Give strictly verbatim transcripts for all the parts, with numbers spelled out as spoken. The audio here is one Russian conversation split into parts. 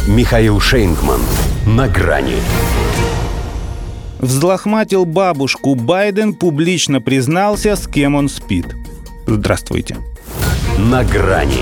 Михаил Шейнгман. На грани. Взлохматил бабушку. Байден публично признался, с кем он спит. Здравствуйте. На грани.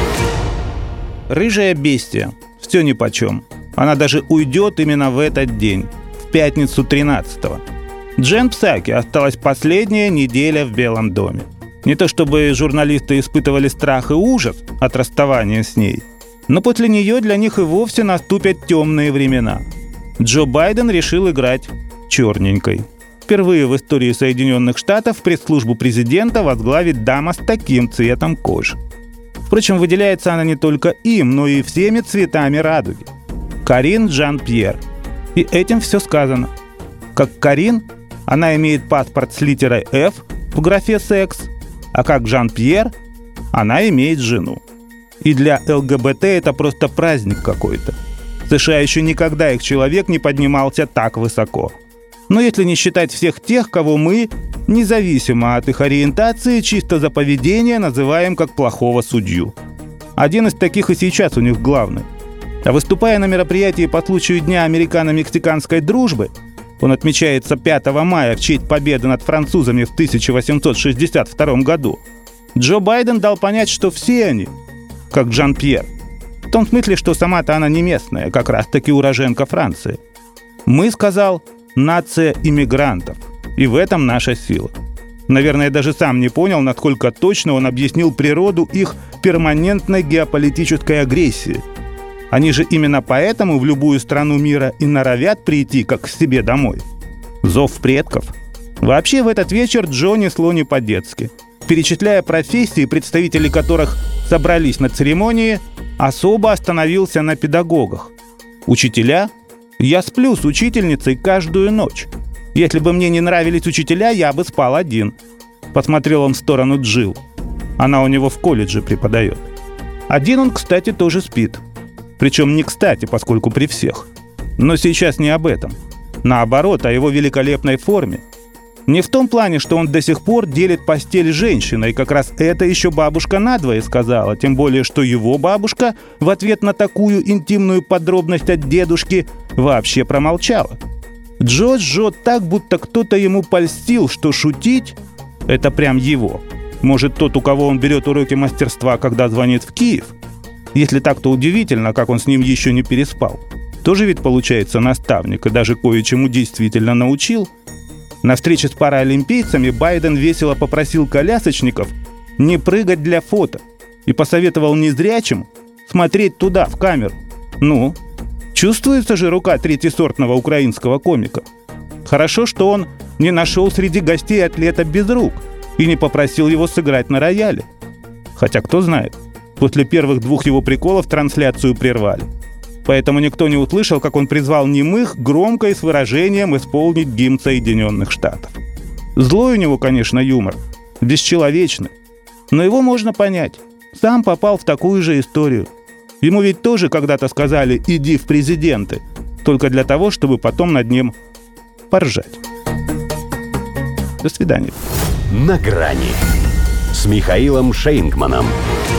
Рыжая бестия. Все нипочем. Она даже уйдет именно в этот день. В пятницу тринадцатого. Джен Псаки осталась последняя неделя в Белом доме. Не то чтобы журналисты испытывали страх и ужас от расставания с ней, но после нее для них и вовсе наступят темные времена. Джо Байден решил играть черненькой. Впервые в истории Соединенных Штатов пресс-службу президента возглавит дама с таким цветом кожи. Впрочем, выделяется она не только им, но и всеми цветами радуги. Карин Жан-Пьер. И этим все сказано. Как Карин, она имеет паспорт с литерой F в графе «секс», а как Жан-Пьер, она имеет жену. И для ЛГБТ это просто праздник какой-то. В США еще никогда их человек не поднимался так высоко. Но если не считать всех тех, кого мы, независимо от их ориентации, чисто за поведение называем как плохого судью. Один из таких и сейчас у них главный. А выступая на мероприятии по случаю Дня американо-мексиканской дружбы, он отмечается пятого мая в честь победы над французами в тысяча восемьсот шестьдесят втором году, Джо Байден дал понять, что все они как Жан-Пьер. В том смысле, что сама-то она не местная, как раз-таки уроженка Франции. Мы, сказал, нация иммигрантов. И в этом наша сила. Наверное, даже сам не понял, насколько точно он объяснил природу их перманентной геополитической агрессии. Они же именно поэтому в любую страну мира и норовят прийти, как к себе домой. Зов предков. Вообще в этот вечер Джо несло не по-детски. Перечисляя профессии, представители которых собрались на церемонии, особо остановился на педагогах. Учителя? Я сплю с учительницей каждую ночь. Если бы мне не нравились учителя, я бы спал один. Посмотрел он в сторону Джилл. Она у него в колледже преподает. Один он, кстати, тоже спит. Причем не кстати, поскольку при всех. Но сейчас не об этом. Наоборот, о его великолепной форме. Не в том плане, что он до сих пор делит постель с женщиной, как раз это еще бабушка надвое сказала, тем более, что его бабушка в ответ на такую интимную подробность от дедушки вообще промолчала. Джо жжет так, будто кто-то ему польстил, что шутить – это прям его. Может, тот, у кого он берет уроки мастерства, когда звонит в Киев? Если так, то удивительно, как он с ним еще не переспал. Тоже ведь получается наставник и даже кое-чему действительно научил. На встрече с паралимпийцами Байден весело попросил колясочников не прыгать для фото и посоветовал незрячим смотреть туда, в камеру. Ну, чувствуется же рука третьесортного украинского комика. Хорошо, что он не нашел среди гостей атлета без рук и не попросил его сыграть на рояле. Хотя кто знает, после первых двух его приколов трансляцию прервали. Поэтому никто не услышал, как он призвал немых громко и с выражением исполнить гимн Соединенных Штатов. Злой у него, конечно, юмор, бесчеловечный, но его можно понять. Сам попал в такую же историю. Ему ведь тоже когда-то сказали «иди в президенты», только для того, чтобы потом над ним поржать. До свидания. На грани с Михаилом Шейнгманом.